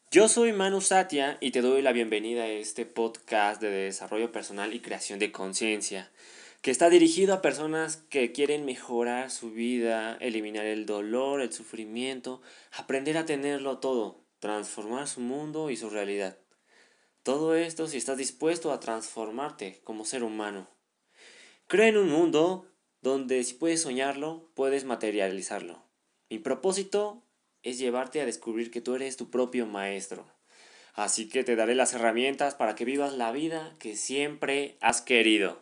Yo soy Manu Satya y te doy la bienvenida a este podcast de desarrollo personal y creación de conciencia, que está dirigido a personas que quieren mejorar su vida, eliminar el dolor, el sufrimiento, aprender a tenerlo todo, transformar su mundo y su realidad. Todo esto si estás dispuesto a transformarte como ser humano. Creo en un mundo donde si puedes soñarlo, puedes materializarlo. Mi propósito es llevarte a descubrir que tú eres tu propio maestro. Así que te daré las herramientas para que vivas la vida que siempre has querido.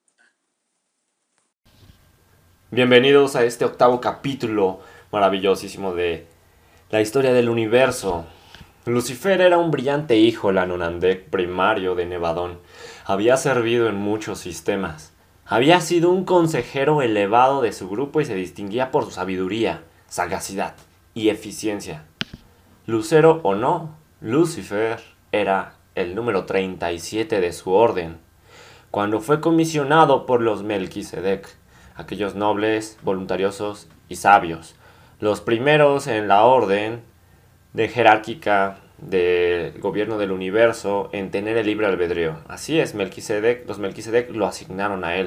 Bienvenidos a este octavo capítulo maravillosísimo de la historia del universo. Lucifer era un brillante hijo Lanunandek primario de Nevadón. Había servido en muchos sistemas. Había sido un consejero elevado de su grupo y se distinguía por su sabiduría, sagacidad y eficiencia. Lucero o no, Lucifer era el número 37 de su orden, cuando fue comisionado por los Melquisedec, aquellos nobles, voluntariosos y sabios, los primeros en la orden de jerárquica del gobierno del universo en tener el libre albedrío. Así es, los Melquisedec lo asignaron a él.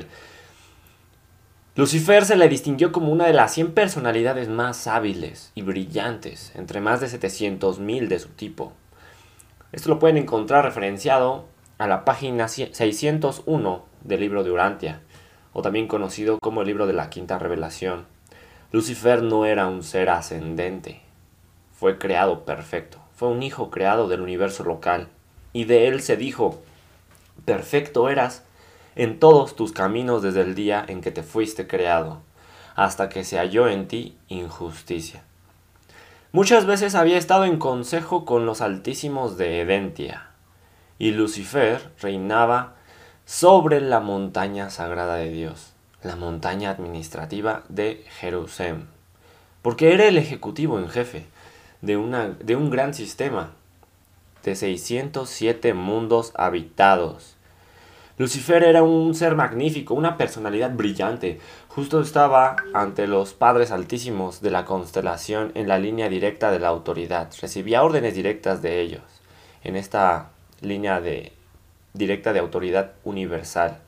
Lucifer se le distinguió como una de las 100 personalidades más hábiles y brillantes, entre más de 700.000 de su tipo. Esto lo pueden encontrar referenciado a la página 601 del libro de Urantia, o también conocido como el libro de la Quinta Revelación. Lucifer no era un ser ascendente, fue creado perfecto, fue un hijo creado del universo local, y de él se dijo: perfecto eras en todos tus caminos desde el día en que te fuiste creado, hasta que se halló en ti injusticia. Muchas veces había estado en consejo con los altísimos de Edentia, y Lucifer reinaba sobre la montaña sagrada de Dios, la montaña administrativa de Jerusalén, porque era el ejecutivo en jefe de un gran sistema de 607 mundos habitados. Lucifer era un ser magnífico, una personalidad brillante. Justo estaba ante los padres altísimos de la constelación en la línea directa de la autoridad. Recibía órdenes directas de ellos en esta línea directa de autoridad universal.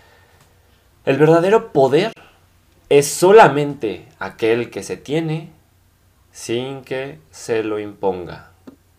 El verdadero poder es solamente aquel que se tiene sin que se lo imponga.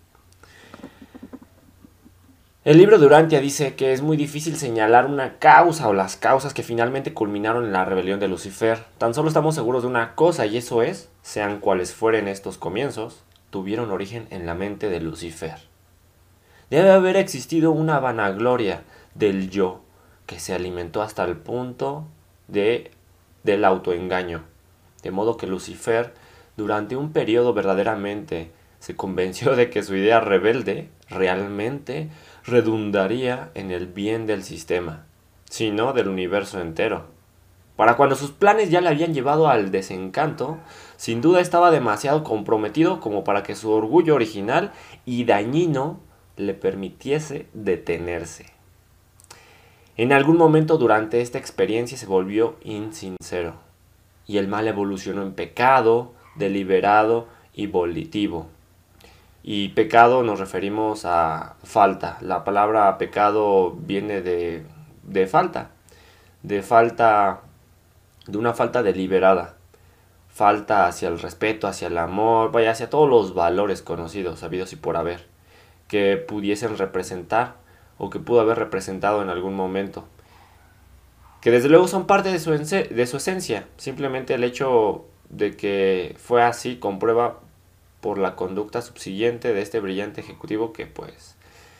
El libro de Urantia dice que es muy difícil señalar una causa o las causas que finalmente culminaron en la rebelión de Lucifer. Tan solo estamos seguros de una cosa, y eso es, sean cuales fueren estos comienzos, tuvieron origen en la mente de Lucifer. Debe haber existido una vanagloria del yo que se alimentó hasta el punto del autoengaño. De modo que Lucifer, durante un periodo verdaderamente, se convenció de que su idea rebelde realmente redundaría en el bien del sistema, sino del universo entero. Para cuando sus planes ya le habían llevado al desencanto, sin duda estaba demasiado comprometido como para que su orgullo original y dañino le permitiese detenerse. En algún momento durante esta experiencia se volvió insincero, y el mal evolucionó en pecado, deliberado y volitivo. Y pecado nos referimos a falta. La palabra pecado viene de falta. De falta, de una falta deliberada. Falta hacia el respeto, hacia el amor, vaya, hacia todos los valores conocidos, sabidos y por haber, que pudiesen representar o que pudo haber representado en algún momento. Que desde luego son parte de su esencia. Simplemente el hecho de que fue así comprueba por la conducta subsiguiente de este brillante ejecutivo que pues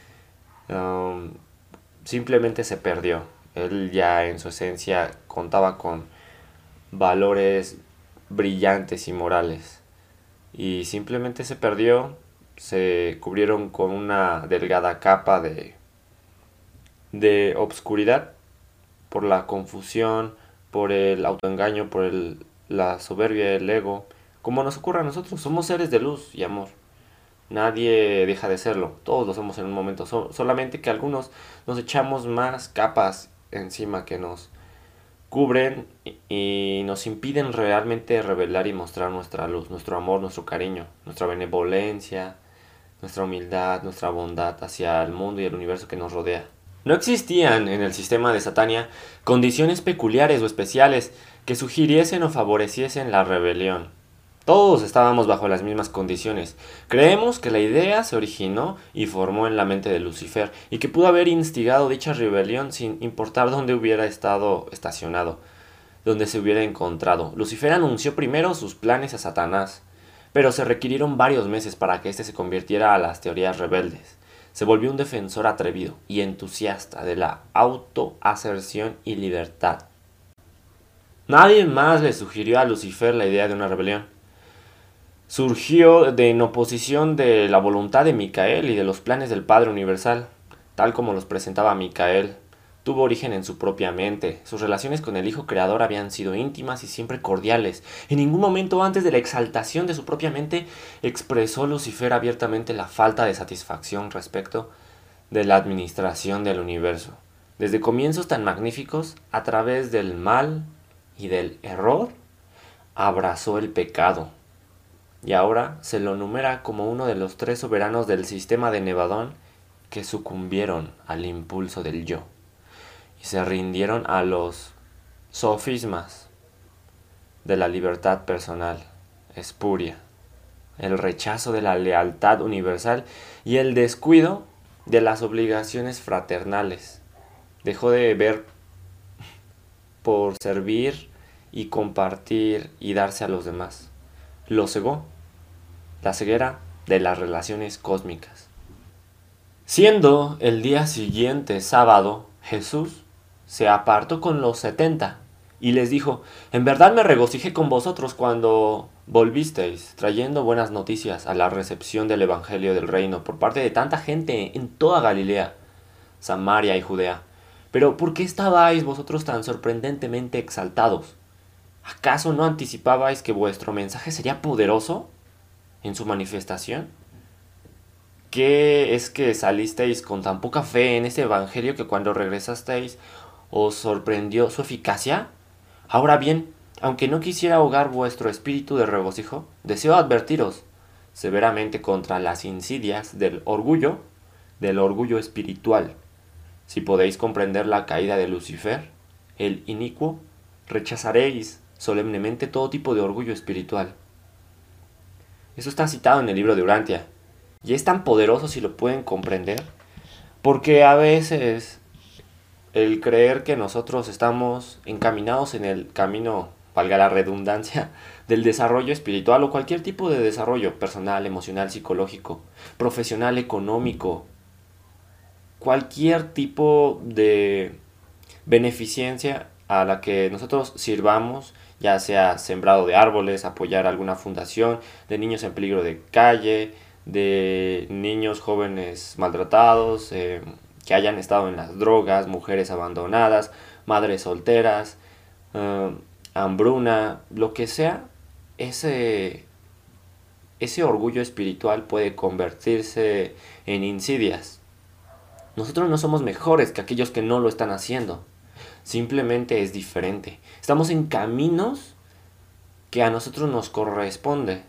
simplemente se perdió. Él ya en su esencia contaba con valores brillantes y morales, y simplemente se perdió. Se cubrieron con una delgada capa de obscuridad por la confusión, por el autoengaño, por la soberbia, el ego. Como nos ocurre a nosotros, somos seres de luz y amor. Nadie deja de serlo, todos lo somos en un momento, solamente que algunos nos echamos más capas encima que nos cubren y nos impiden realmente revelar y mostrar nuestra luz, nuestro amor, nuestro cariño, nuestra benevolencia, nuestra humildad, nuestra bondad hacia el mundo y el universo que nos rodea. No existían en el sistema de Satania condiciones peculiares o especiales que sugiriesen o favoreciesen la rebelión. Todos estábamos bajo las mismas condiciones. Creemos que la idea se originó y formó en la mente de Lucifer y que pudo haber instigado dicha rebelión sin importar dónde hubiera estado estacionado, donde se hubiera encontrado. Lucifer anunció primero sus planes a Satanás, pero se requirieron varios meses para que éste se convirtiera a las teorías rebeldes. Se volvió un defensor atrevido y entusiasta de la autoaserción y libertad. Nadie más le sugirió a Lucifer la idea de una rebelión. Surgió en oposición de la voluntad de Micael y de los planes del Padre Universal, tal como los presentaba Micael. Tuvo origen en su propia mente. Sus relaciones con el Hijo Creador habían sido íntimas y siempre cordiales. En ningún momento antes de la exaltación de su propia mente expresó Lucifer abiertamente la falta de satisfacción respecto de la administración del universo. Desde comienzos tan magníficos, a través del mal y del error, abrazó el pecado. Y ahora se lo numera como uno de los 3 soberanos del sistema de Nevadón que sucumbieron al impulso del yo y se rindieron a los sofismas de la libertad personal espuria, el rechazo de la lealtad universal y el descuido de las obligaciones fraternales. Dejó de ver por servir y compartir y darse a los demás. Lo cegó, la ceguera de las relaciones cósmicas. Siendo el día siguiente sábado, Jesús se apartó con los 70 y les dijo: en verdad me regocijé con vosotros cuando volvisteis, trayendo buenas noticias a la recepción del Evangelio del Reino por parte de tanta gente en toda Galilea, Samaria y Judea. Pero ¿por qué estabais vosotros tan sorprendentemente exaltados? ¿Acaso no anticipabais que vuestro mensaje sería poderoso en su manifestación? ¿Qué es que salisteis con tan poca fe en ese evangelio que cuando regresasteis os sorprendió su eficacia? Ahora bien, aunque no quisiera ahogar vuestro espíritu de regocijo, deseo advertiros severamente contra las insidias del orgullo espiritual. Si podéis comprender la caída de Lucifer, el inicuo, rechazaréis solemnemente todo tipo de orgullo espiritual. Eso está citado en el libro de Urantia. Y es tan poderoso, si lo pueden comprender, porque a veces el creer que nosotros estamos encaminados en el camino, valga la redundancia, del desarrollo espiritual o cualquier tipo de desarrollo personal, emocional, psicológico, profesional, económico, cualquier tipo de beneficencia a la que nosotros sirvamos, ya sea sembrado de árboles, apoyar alguna fundación de niños en peligro de calle, de niños jóvenes maltratados, que hayan estado en las drogas, mujeres abandonadas, madres solteras, hambruna, lo que sea, ese orgullo espiritual puede convertirse en insidias. Nosotros no somos mejores que aquellos que no lo están haciendo. Simplemente es diferente. Estamos en caminos que a nosotros nos corresponde.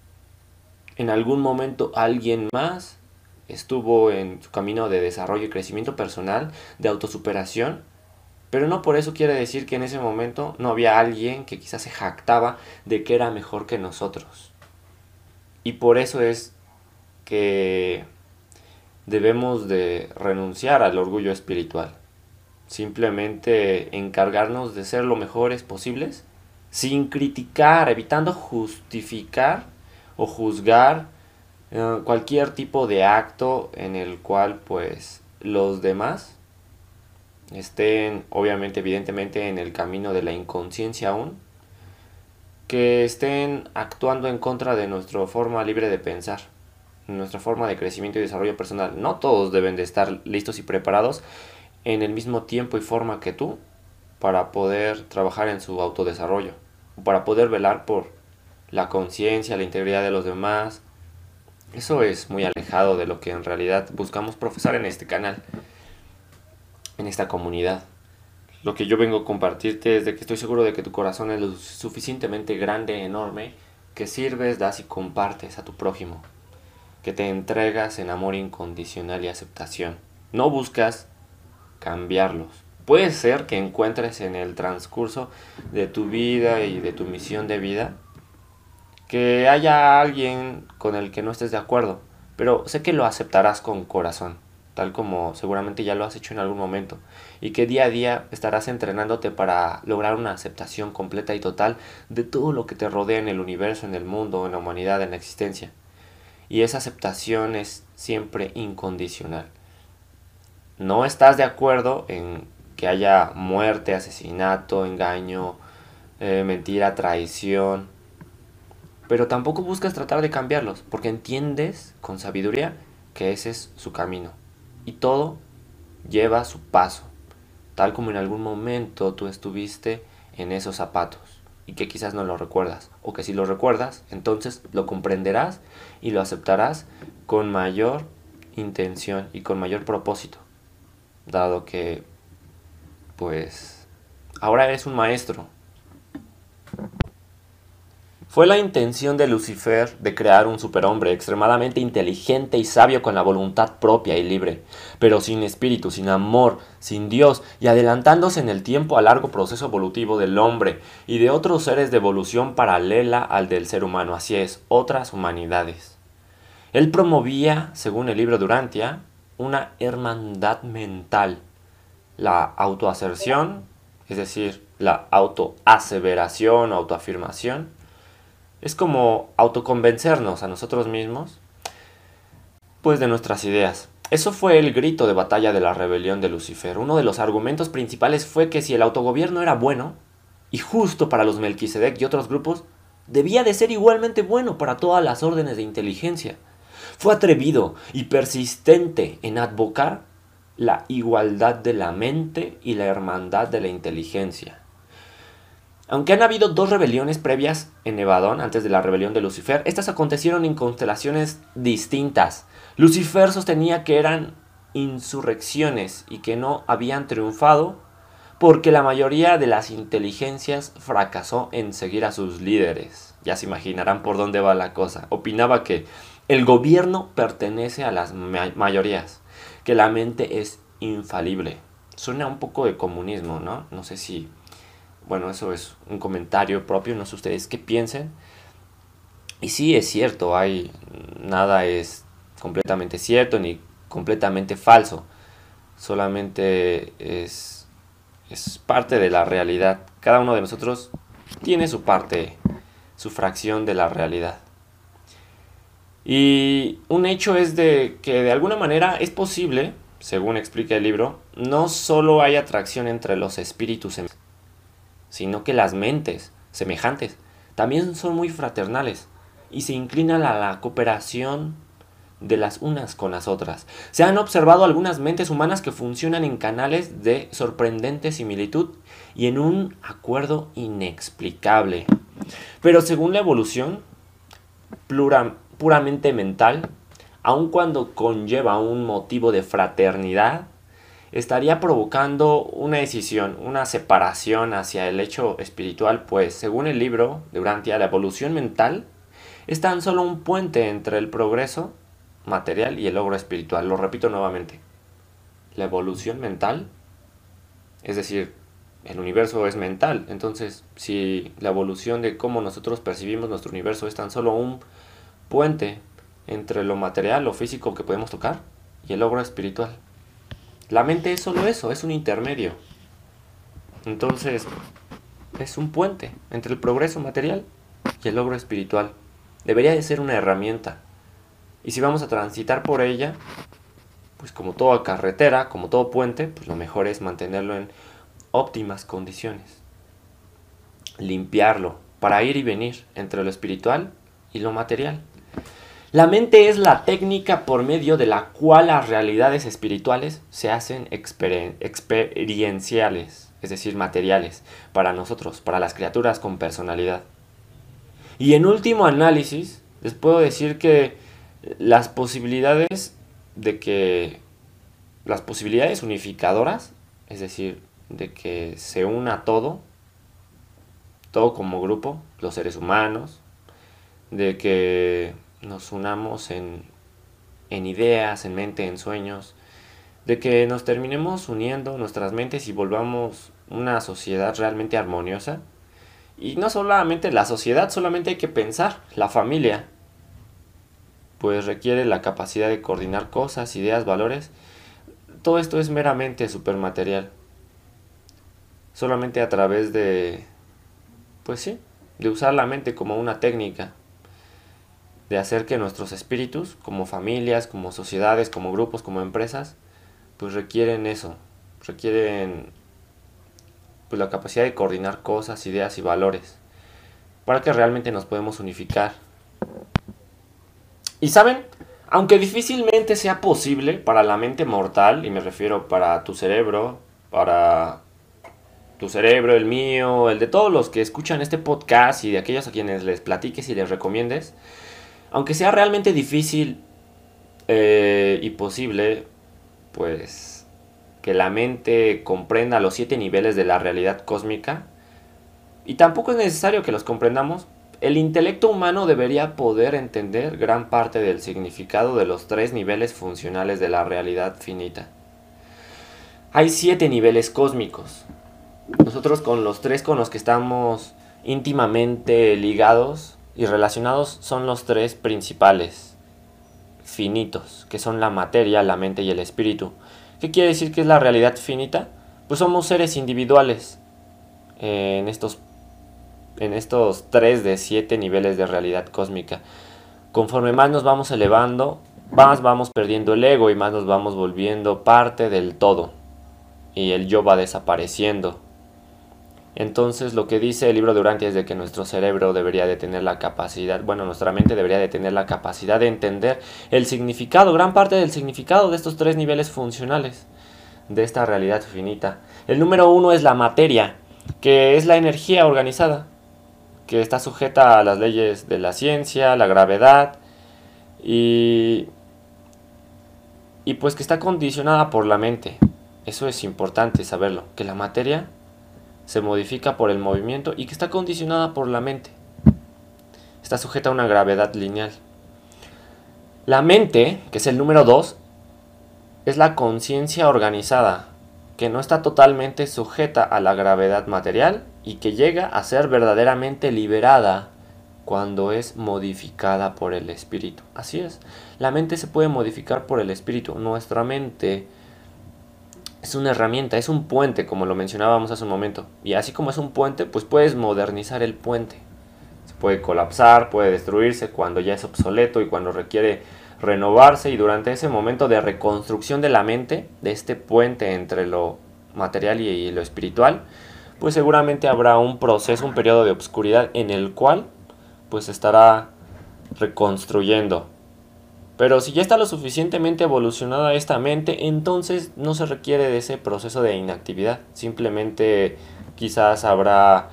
En algún momento alguien más estuvo en su camino de desarrollo y crecimiento personal, de autosuperación, pero no por eso quiere decir que en ese momento no había alguien que quizás se jactaba de que era mejor que nosotros. Y por eso es que debemos de renunciar al orgullo espiritual. Simplemente encargarnos de ser lo mejores posibles, sin criticar, evitando justificar o juzgar cualquier tipo de acto en el cual pues los demás estén obviamente evidentemente en el camino de la inconsciencia aún, que estén actuando en contra de nuestra forma libre de pensar, nuestra forma de crecimiento y desarrollo personal. No todos deben de estar listos y preparados en el mismo tiempo y forma que tú para poder trabajar en su autodesarrollo, para poder velar por la conciencia, la integridad de los demás. Eso es muy alejado de lo que en realidad buscamos profesar en este canal, en esta comunidad. Lo que yo vengo a compartirte es de que estoy seguro de que tu corazón es lo suficientemente grande, enorme, que sirves, das y compartes a tu prójimo. que te entregas en amor incondicional y aceptación. No buscas cambiarlos. Puede ser que encuentres en el transcurso de tu vida y de tu misión de vida que haya alguien con el que no estés de acuerdo, pero sé que lo aceptarás con corazón, tal como seguramente ya lo has hecho en algún momento, y que día a día estarás entrenándote para lograr una aceptación completa y total de todo lo que te rodea en el universo, en el mundo, en la humanidad, en la existencia. Y esa aceptación es siempre incondicional. No estás de acuerdo en que haya muerte, asesinato, engaño, mentira, traición, pero tampoco buscas tratar de cambiarlos, porque entiendes con sabiduría que ese es su camino. Y todo lleva su paso, tal como en algún momento tú estuviste en esos zapatos y que quizás no lo recuerdas, o que si lo recuerdas, entonces lo comprenderás y lo aceptarás con mayor intención y con mayor propósito, dado que, pues, ahora eres un maestro. Fue la intención de Lucifer de crear un superhombre extremadamente inteligente y sabio con la voluntad propia y libre, pero sin espíritu, sin amor, sin Dios y adelantándose en el tiempo al largo proceso evolutivo del hombre y de otros seres de evolución paralela al del ser humano, así es, otras humanidades. Él promovía, según el libro de Urantia, una hermandad mental, la autoaserción, es decir, la autoaseveración o autoafirmación. Es como autoconvencernos a nosotros mismos, pues de nuestras ideas. Eso fue el grito de batalla de la rebelión de Lucifer. Uno de los argumentos principales fue que si el autogobierno era bueno y justo para los Melquisedec y otros grupos, debía de ser igualmente bueno para todas las órdenes de inteligencia. Fue atrevido y persistente en advocar la igualdad de la mente y la hermandad de la inteligencia. Aunque han habido dos rebeliones previas en Nevadón, antes de la rebelión de Lucifer, estas acontecieron en constelaciones distintas. Lucifer sostenía que eran insurrecciones y que no habían triunfado porque la mayoría de las inteligencias fracasó en seguir a sus líderes. Ya se imaginarán por dónde va la cosa. Opinaba que el gobierno pertenece a las mayorías, que la mente es infalible. Suena un poco de comunismo, ¿no? No sé si... Bueno, eso es un comentario propio, no sé ustedes qué piensen. Y sí, es cierto, nada es completamente cierto ni completamente falso. Solamente es parte de la realidad. Cada uno de nosotros tiene su parte, su fracción de la realidad. Y un hecho es de que de alguna manera es posible, según explica el libro, no solo hay atracción entre los espíritus, sino que las mentes semejantes también son muy fraternales y se inclinan a la cooperación de las unas con las otras. Se han observado algunas mentes humanas que funcionan en canales de sorprendente similitud y en un acuerdo inexplicable. Pero según la evolución puramente mental, aun cuando conlleva un motivo de fraternidad, estaría provocando una decisión, una separación hacia el hecho espiritual, pues según el libro de Urantia, la evolución mental es tan solo un puente entre el progreso material y el logro espiritual. Lo repito nuevamente, la evolución mental, es decir, el universo es mental, entonces si la evolución de cómo nosotros percibimos nuestro universo es tan solo un puente entre lo material, lo físico que podemos tocar y el logro espiritual. La mente es solo eso, es un intermedio. Entonces, es un puente entre el progreso material y el logro espiritual. Debería de ser una herramienta. Y si vamos a transitar por ella, pues como toda carretera, como todo puente, pues lo mejor es mantenerlo en óptimas condiciones. Limpiarlo para ir y venir entre lo espiritual y lo material. La mente es la técnica por medio de la cual las realidades espirituales se hacen experienciales, es decir, materiales, para nosotros, para las criaturas con personalidad. Y en último análisis, les puedo decir que las posibilidades las posibilidades unificadoras, es decir, de que se una todo como grupo, los seres humanos, de que nos unamos en en ideas, en mente, en sueños, de que nos terminemos uniendo nuestras mentes y volvamos una sociedad realmente armoniosa. Y no solamente la sociedad, solamente hay que pensar, la familia, pues requiere la capacidad de coordinar cosas, ideas, valores. Todo esto es meramente supermaterial. Solamente a través de, pues sí, de usar la mente como una técnica, de hacer que nuestros espíritus, como familias, como sociedades, como grupos, como empresas, pues requieren eso, requieren pues la capacidad de coordinar cosas, ideas y valores, para que realmente nos podemos unificar. Y saben, aunque difícilmente sea posible para la mente mortal, y me refiero para tu cerebro, el mío, el de todos los que escuchan este podcast y de aquellos a quienes les platiques y les recomiendes, aunque sea realmente difícil y posible, pues que la mente comprenda los 7 niveles de la realidad cósmica, y tampoco es necesario que los comprendamos, el intelecto humano debería poder entender gran parte del significado de los 3 niveles funcionales de la realidad finita. Hay 7 niveles cósmicos. Nosotros con los 3 con los que estamos íntimamente ligados y relacionados son los 3 principales, finitos, que son la materia, la mente y el espíritu. ¿Qué quiere decir que es la realidad finita? Pues somos seres individuales en estos 3 de 7 niveles de realidad cósmica. Conforme más nos vamos elevando, más vamos perdiendo el ego y más nos vamos volviendo parte del todo. Y el yo va desapareciendo. Entonces lo que dice el libro de Urantia es de que nuestro cerebro debería de tener la capacidad, nuestra mente debería de tener la capacidad de entender el significado, gran parte del significado de estos 3 niveles funcionales de esta realidad finita. El número 1 es la materia, que es la energía organizada, que está sujeta a las leyes de la ciencia, la gravedad y pues que está condicionada por la mente. Eso es importante saberlo, que la materia se modifica por el movimiento y que está condicionada por la mente. Está sujeta a una gravedad lineal. La mente, que es el número 2, es la conciencia organizada, que no está totalmente sujeta a la gravedad material y que llega a ser verdaderamente liberada cuando es modificada por el espíritu. Así es, la mente se puede modificar por el espíritu. Nuestra mente es una herramienta, es un puente, como lo mencionábamos hace un momento. Y así como es un puente, pues puedes modernizar el puente. Se puede colapsar, puede destruirse cuando ya es obsoleto y cuando requiere renovarse. Y durante ese momento de reconstrucción de la mente, de este puente entre lo material y lo espiritual, pues seguramente habrá un proceso, un periodo de obscuridad en el cual pues estará reconstruyendo. Pero si ya está lo suficientemente evolucionada esta mente, entonces no se requiere de ese proceso de inactividad. Simplemente quizás habrá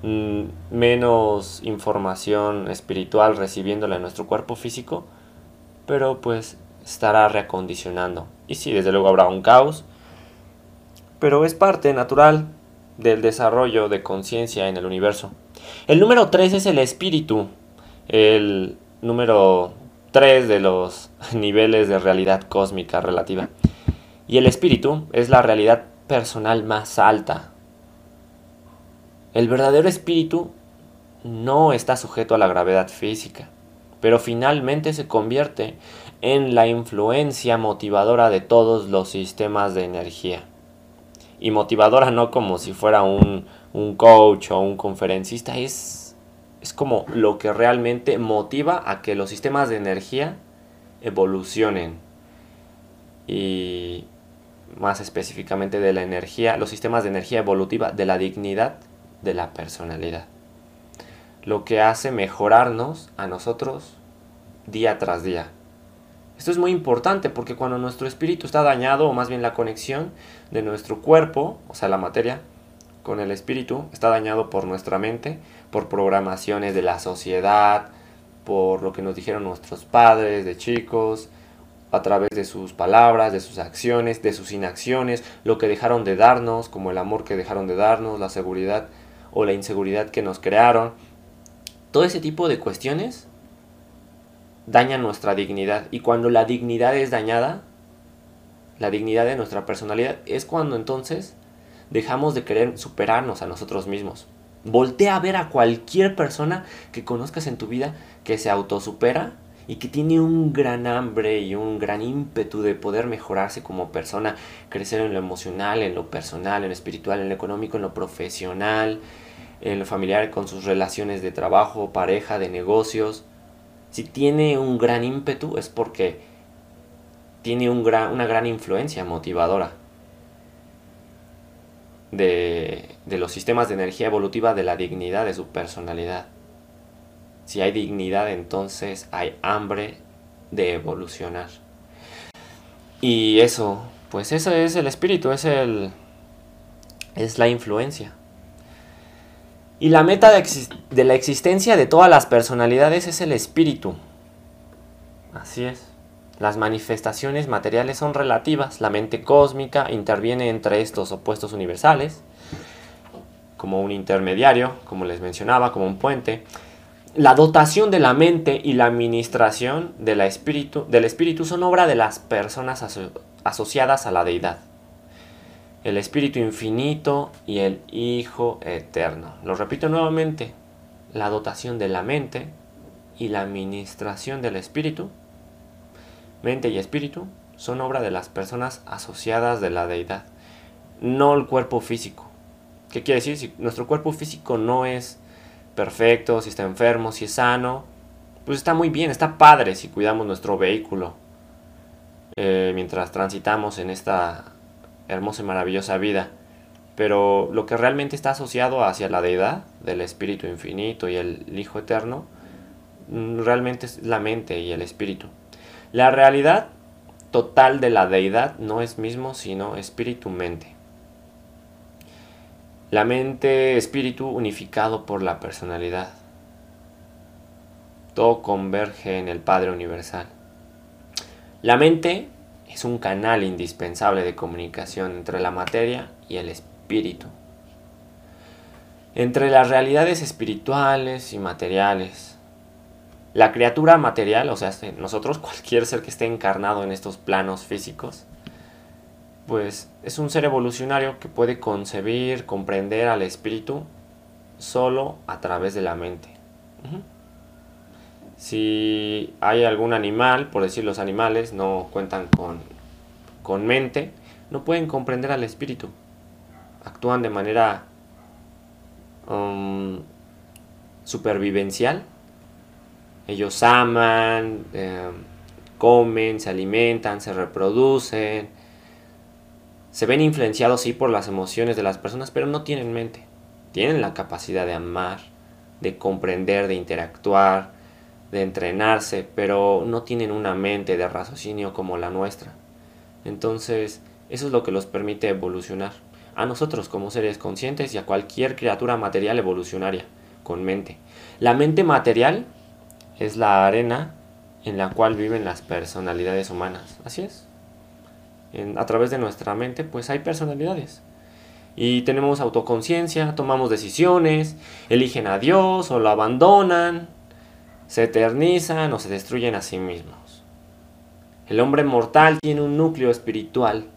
menos información espiritual recibiéndola en nuestro cuerpo físico, pero pues estará reacondicionando. Y sí, desde luego habrá un caos, pero es parte natural del desarrollo de conciencia en el universo. El número 3 es el espíritu, el número 3 de los niveles de realidad cósmica relativa. Y el espíritu es la realidad personal más alta. El verdadero espíritu no está sujeto a la gravedad física, pero finalmente se convierte en la influencia motivadora de todos los sistemas de energía. Y motivadora no como si fuera un coach o un conferencista, es como lo que realmente motiva a que los sistemas de energía evolucionen. Y más específicamente de la energía, los sistemas de energía evolutiva, de la dignidad de la personalidad. Lo que hace mejorarnos a nosotros día tras día. Esto es muy importante porque cuando nuestro espíritu está dañado, o más bien la conexión de nuestro cuerpo, o sea la materia, con el espíritu, está dañado por nuestra mente, por programaciones de la sociedad, por lo que nos dijeron nuestros padres de chicos, a través de sus palabras, de sus acciones, de sus inacciones, lo que dejaron de darnos, como el amor que dejaron de darnos, la seguridad o la inseguridad que nos crearon. Todo ese tipo de cuestiones daña nuestra dignidad. Y cuando la dignidad es dañada, la dignidad de nuestra personalidad, es cuando entonces dejamos de querer superarnos a nosotros mismos. Voltea a ver a cualquier persona que conozcas en tu vida que se autosupera y que tiene un gran hambre y un gran ímpetu de poder mejorarse como persona, crecer en lo emocional, en lo personal, en lo espiritual, en lo económico, en lo profesional, en lo familiar, con sus relaciones de trabajo, pareja, de negocios. Si tiene un gran ímpetu es porque tiene una gran influencia motivadora de los sistemas de energía evolutiva de la dignidad de su personalidad. Si hay dignidad, entonces hay hambre de evolucionar. Y eso, pues eso es el espíritu, es la influencia. Y la meta de la existencia de todas las personalidades es el espíritu. Así es. Las manifestaciones materiales son relativas. La mente cósmica interviene entre estos opuestos universales, como un intermediario, como les mencionaba, como un puente. La dotación de la mente y la administración del espíritu son obra de las personas asociadas a la deidad. El Espíritu Infinito y el Hijo Eterno. Lo repito nuevamente. La dotación de la mente y la administración del espíritu, mente y espíritu, son obra de las personas asociadas de la deidad, no el cuerpo físico. ¿Qué quiere decir? Si nuestro cuerpo físico no es perfecto, si está enfermo, si es sano, pues está muy bien, está padre si cuidamos nuestro vehículo mientras transitamos en esta hermosa y maravillosa vida. Pero lo que realmente está asociado hacia la deidad, del Espíritu Infinito y el Hijo Eterno, realmente es la mente y el espíritu. La realidad total de la deidad no es mismo sino espíritu-mente. La mente-espíritu unificado por la personalidad. Todo converge en el Padre Universal. La mente es un canal indispensable de comunicación entre la materia y el espíritu. Entre las realidades espirituales y materiales. La criatura material, o sea, nosotros, cualquier ser que esté encarnado en estos planos físicos, pues es un ser evolucionario que puede concebir, comprender al espíritu solo a través de la mente. Si hay algún animal, por decir los animales no cuentan con mente, no pueden comprender al espíritu. Actúan de manera supervivencial. Ellos aman, comen, se alimentan, se reproducen. Se ven influenciados, sí, por las emociones de las personas, pero no tienen mente. Tienen la capacidad de amar, de comprender, de interactuar, de entrenarse, pero no tienen una mente de raciocinio como la nuestra. Entonces, eso es lo que los permite evolucionar. A nosotros como seres conscientes y a cualquier criatura material evolucionaria, con mente. La mente material es la arena en la cual viven las personalidades humanas. Así es. A través de nuestra mente, pues hay personalidades. Y tenemos autoconciencia, tomamos decisiones, eligen a Dios o lo abandonan, se eternizan o se destruyen a sí mismos. El hombre mortal tiene un núcleo espiritual.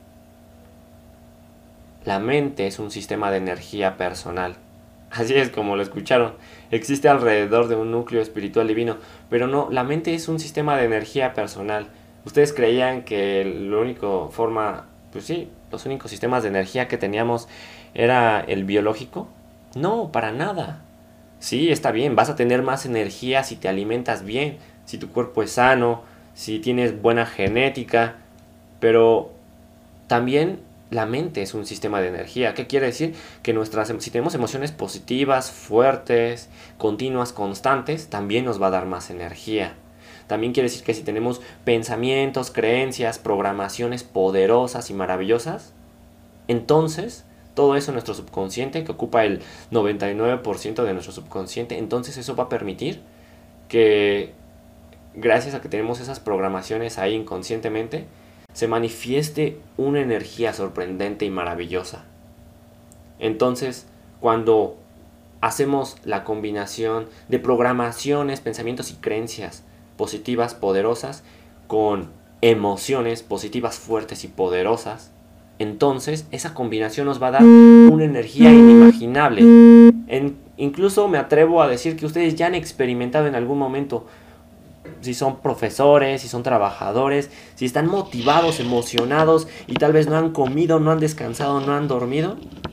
La mente es un sistema de energía personal. Así es como lo escucharon. Existe alrededor de un núcleo espiritual divino, pero no, la mente es un sistema de energía personal. ¿Ustedes creían que la única forma, pues sí, los únicos sistemas de energía que teníamos era el biológico? No, para nada. Sí, está bien, vas a tener más energía si te alimentas bien, si tu cuerpo es sano, si tienes buena genética, pero también la mente es un sistema de energía. ¿Qué quiere decir? Que si tenemos emociones positivas, fuertes, continuas, constantes, también nos va a dar más energía. También quiere decir que si tenemos pensamientos, creencias, programaciones poderosas y maravillosas, entonces todo eso en nuestro subconsciente, que ocupa el 99% de nuestro subconsciente, entonces eso va a permitir que, gracias a que tenemos esas programaciones ahí inconscientemente, se manifieste una energía sorprendente y maravillosa. Entonces, cuando hacemos la combinación de programaciones, pensamientos y creencias positivas, poderosas, con emociones positivas, fuertes y poderosas, entonces esa combinación nos va a dar una energía inimaginable. Incluso me atrevo a decir que ustedes ya han experimentado en algún momento, si son profesores, si son trabajadores, si están motivados, emocionados y tal vez no han comido, no han descansado, no han dormido,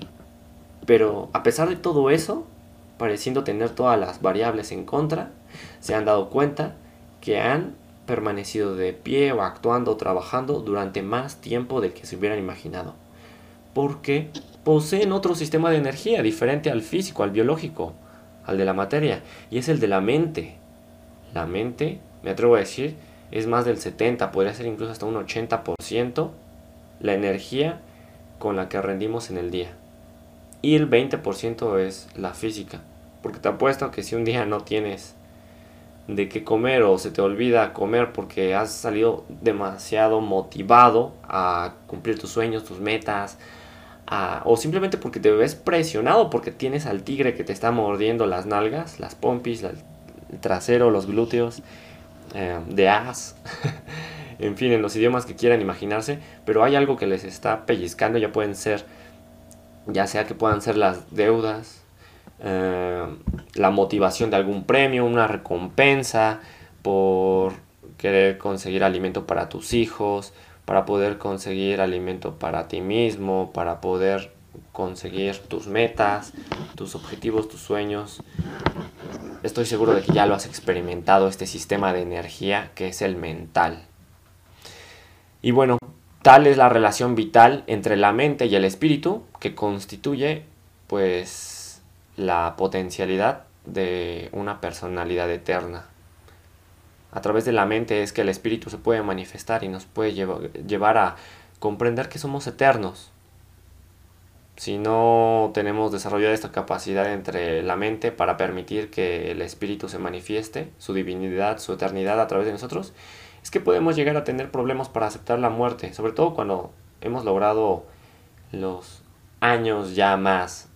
pero a pesar de todo eso, pareciendo tener todas las variables en contra, se han dado cuenta que han permanecido de pie o actuando o trabajando durante más tiempo del que se hubieran imaginado. Porque poseen otro sistema de energía diferente al físico, al biológico, al de la materia, y es el de la mente. La mente, me atrevo a decir, es más del 70%, podría ser incluso hasta un 80% la energía con la que rendimos en el día. Y el 20% es la física. Porque te apuesto que si un día no tienes de qué comer o se te olvida comer porque has salido demasiado motivado a cumplir tus sueños, tus metas, o simplemente porque te ves presionado porque tienes al tigre que te está mordiendo las nalgas, las pompis, el trasero, los glúteos, de as, en fin, en los idiomas que quieran imaginarse, pero hay algo que les está pellizcando, ya sea que puedan ser las deudas, la motivación de algún premio, una recompensa por querer conseguir alimento para tus hijos, para poder conseguir alimento para ti mismo, para poder conseguir tus metas, tus objetivos, tus sueños. Estoy seguro de que ya lo has experimentado, este sistema de energía que es el mental. Y bueno, tal es la relación vital entre la mente y el espíritu que constituye, pues, la potencialidad de una personalidad eterna. A través de la mente es que el espíritu se puede manifestar y nos puede llevar a comprender que somos eternos. Si no tenemos desarrollada esta capacidad entre la mente para permitir que el espíritu se manifieste, su divinidad, su eternidad a través de nosotros, es que podemos llegar a tener problemas para aceptar la muerte, sobre todo cuando hemos logrado los años ya más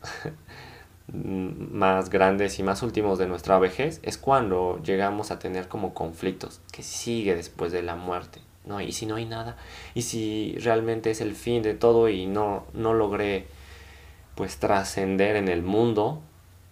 grandes y más últimos de nuestra vejez, es cuando llegamos a tener como conflictos que sigue después de la muerte, ¿no? Y si no hay nada, y si realmente es el fin de todo y no logré pues trascender en el mundo,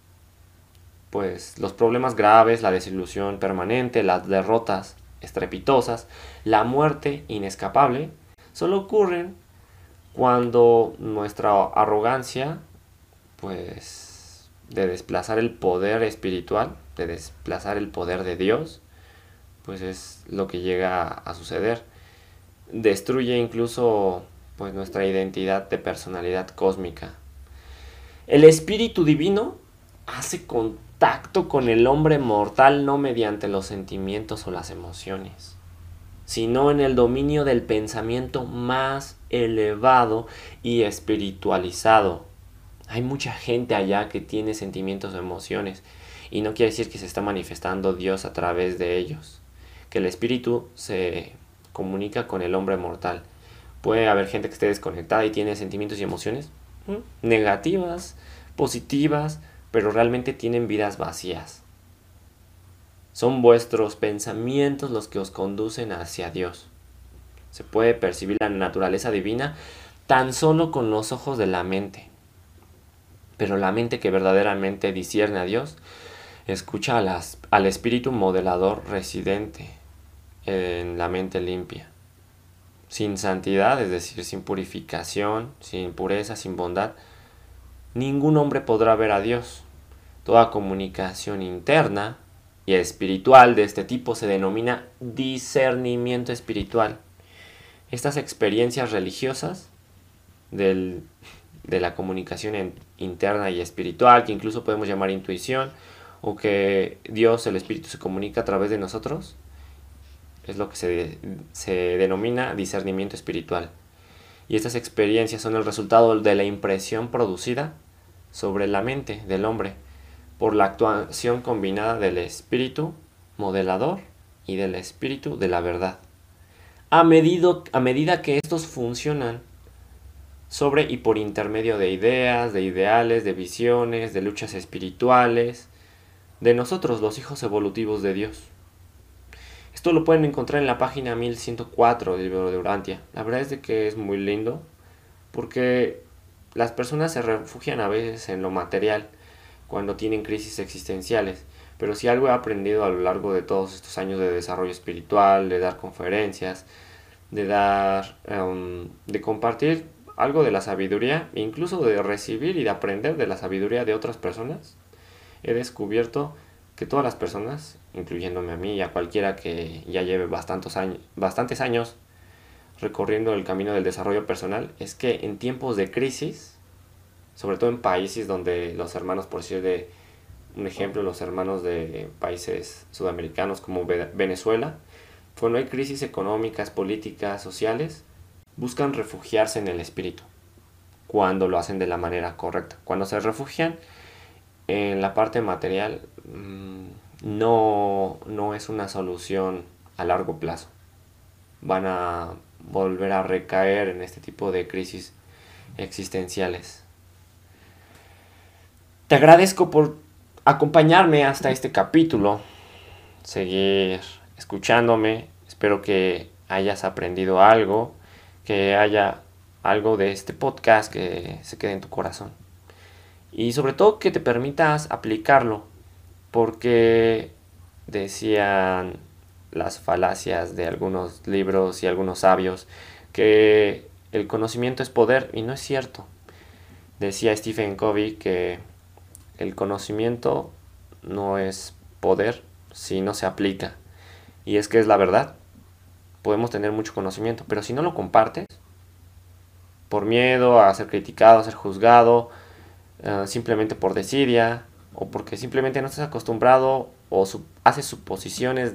pues los problemas graves, la desilusión permanente, las derrotas estrepitosas, la muerte inescapable, solo ocurren cuando nuestra arrogancia, pues de desplazar el poder espiritual, de desplazar el poder de Dios, pues es lo que llega a suceder. Destruye incluso pues nuestra identidad de personalidad cósmica. El espíritu divino hace contacto con el hombre mortal no mediante los sentimientos o las emociones, sino en el dominio del pensamiento más elevado y espiritualizado. Hay mucha gente allá que tiene sentimientos o emociones y no quiere decir que se está manifestando Dios a través de ellos, que el espíritu se comunica con el hombre mortal. Puede haber gente que esté desconectada y tiene sentimientos y emociones negativas, positivas, pero realmente tienen vidas vacías. Son vuestros pensamientos los que os conducen hacia Dios. Se puede percibir la naturaleza divina tan solo con los ojos de la mente. Pero la mente que verdaderamente discierne a Dios escucha al espíritu modelador residente en la mente limpia. Sin santidad, es decir, sin purificación, sin pureza, sin bondad, ningún hombre podrá ver a Dios. Toda comunicación interna y espiritual de este tipo se denomina discernimiento espiritual. Estas experiencias religiosas de la comunicación interna y espiritual, que incluso podemos llamar intuición, o que Dios, el Espíritu, se comunica a través de nosotros, es lo que se denomina discernimiento espiritual. Y estas experiencias son el resultado de la impresión producida sobre la mente del hombre por la actuación combinada del espíritu modelador y del espíritu de la verdad. A medida que estos funcionan sobre y por intermedio de ideas, de ideales, de visiones, de luchas espirituales, de nosotros los hijos evolutivos de Dios. Esto lo pueden encontrar en la página 1104 del libro de Urantia. La verdad es de que es muy lindo porque las personas se refugian a veces en lo material cuando tienen crisis existenciales. Pero si algo he aprendido a lo largo de todos estos años de desarrollo espiritual, de dar conferencias, de compartir algo de la sabiduría, e incluso de recibir y de aprender de la sabiduría de otras personas, he descubierto que todas las personas, incluyéndome a mí y a cualquiera que ya lleve bastantes años recorriendo el camino del desarrollo personal, es que en tiempos de crisis, sobre todo en países donde los hermanos, por decir de un ejemplo, los hermanos de países sudamericanos como Venezuela, cuando hay crisis económicas, políticas, sociales, buscan refugiarse en el espíritu, cuando lo hacen de la manera correcta. Cuando se refugian en la parte material, no es una solución a largo plazo. Van a volver a recaer en este tipo de crisis existenciales. Te agradezco por acompañarme hasta este capítulo, seguir escuchándome. Espero que hayas aprendido algo, que haya algo de este podcast que se quede en tu corazón. Y sobre todo que te permitas aplicarlo, porque decían las falacias de algunos libros y algunos sabios que el conocimiento es poder, y no es cierto. Decía Stephen Covey que el conocimiento no es poder si no se aplica. Y es que es la verdad. Podemos tener mucho conocimiento, pero si no lo compartes, por miedo a ser criticado, a ser juzgado, simplemente por desidia, o porque simplemente no estás acostumbrado, o haces suposiciones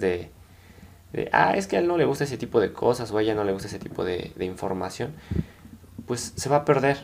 es que a él no le gusta ese tipo de cosas, o a ella no le gusta ese tipo de información, pues se va a perder.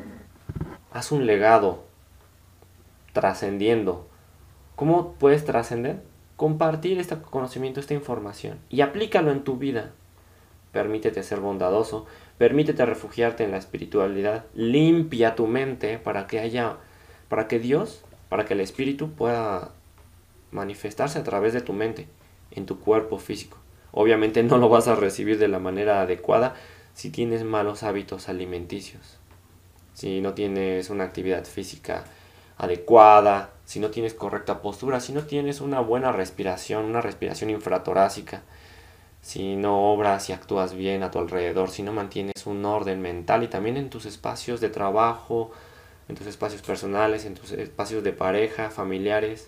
Haz un legado, trascendiendo. ¿Cómo puedes trascender? Compartir este conocimiento, esta información, y aplícalo en tu vida. Permítete ser bondadoso, permítete refugiarte en la espiritualidad, limpia tu mente para que Dios, para que el espíritu pueda manifestarse a través de tu mente, en tu cuerpo físico. Obviamente no lo vas a recibir de la manera adecuada si tienes malos hábitos alimenticios, si no tienes una actividad física adecuada, si no tienes correcta postura, si no tienes una buena respiración, una respiración infratorácica, si no obras y actúas bien a tu alrededor, si no mantienes un orden mental y también en tus espacios de trabajo, en tus espacios personales, en tus espacios de pareja, familiares.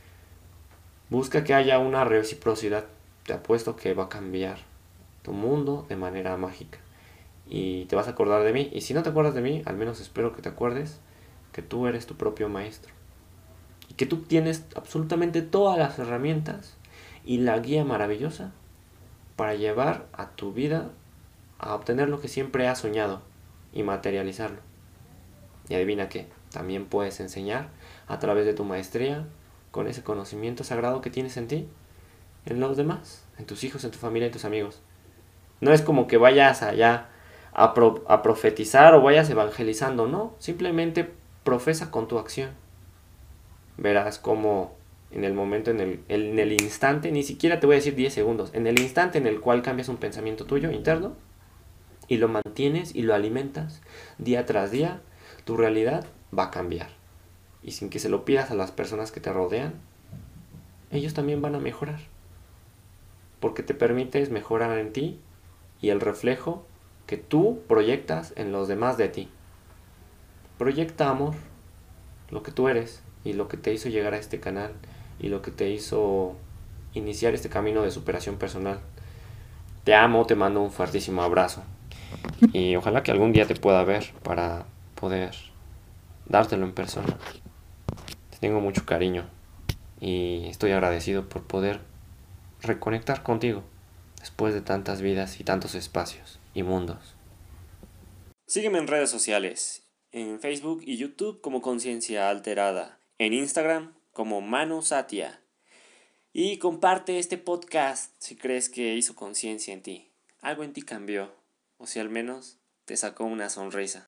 Busca que haya una reciprocidad. Te apuesto que va a cambiar tu mundo de manera mágica. Y te vas a acordar de mí. Y si no te acuerdas de mí, al menos espero que te acuerdes que tú eres tu propio maestro. Y que tú tienes absolutamente todas las herramientas y la guía maravillosa para llevar a tu vida a obtener lo que siempre has soñado y materializarlo. Y adivina qué, también puedes enseñar a través de tu maestría, con ese conocimiento sagrado que tienes en ti, en los demás, en tus hijos, en tu familia, en tus amigos. No es como que vayas allá a profetizar o vayas evangelizando, no, simplemente profesa con tu acción. Verás cómo en el momento, en el instante, ni siquiera te voy a decir 10 segundos, en el instante en el cual cambias un pensamiento tuyo interno y lo mantienes y lo alimentas día tras día, tu realidad va a cambiar. Y sin que se lo pidas a las personas que te rodean, ellos también van a mejorar. Porque te permites mejorar en ti y el reflejo que tú proyectas en los demás de ti. Proyecta amor, lo que tú eres y lo que te hizo llegar a este canal y lo que te hizo iniciar este camino de superación personal. Te amo, te mando un fuertísimo abrazo y ojalá que algún día te pueda ver para poder dártelo en persona. Te tengo mucho cariño y estoy agradecido por poder reconectar contigo después de tantas vidas y tantos espacios y mundos. Sígueme en redes sociales, en Facebook y YouTube como Conciencia Alterada, en Instagram como Manu Satya. Y comparte este podcast si crees que hizo conciencia en ti. Algo en ti cambió, o si al menos te sacó una sonrisa.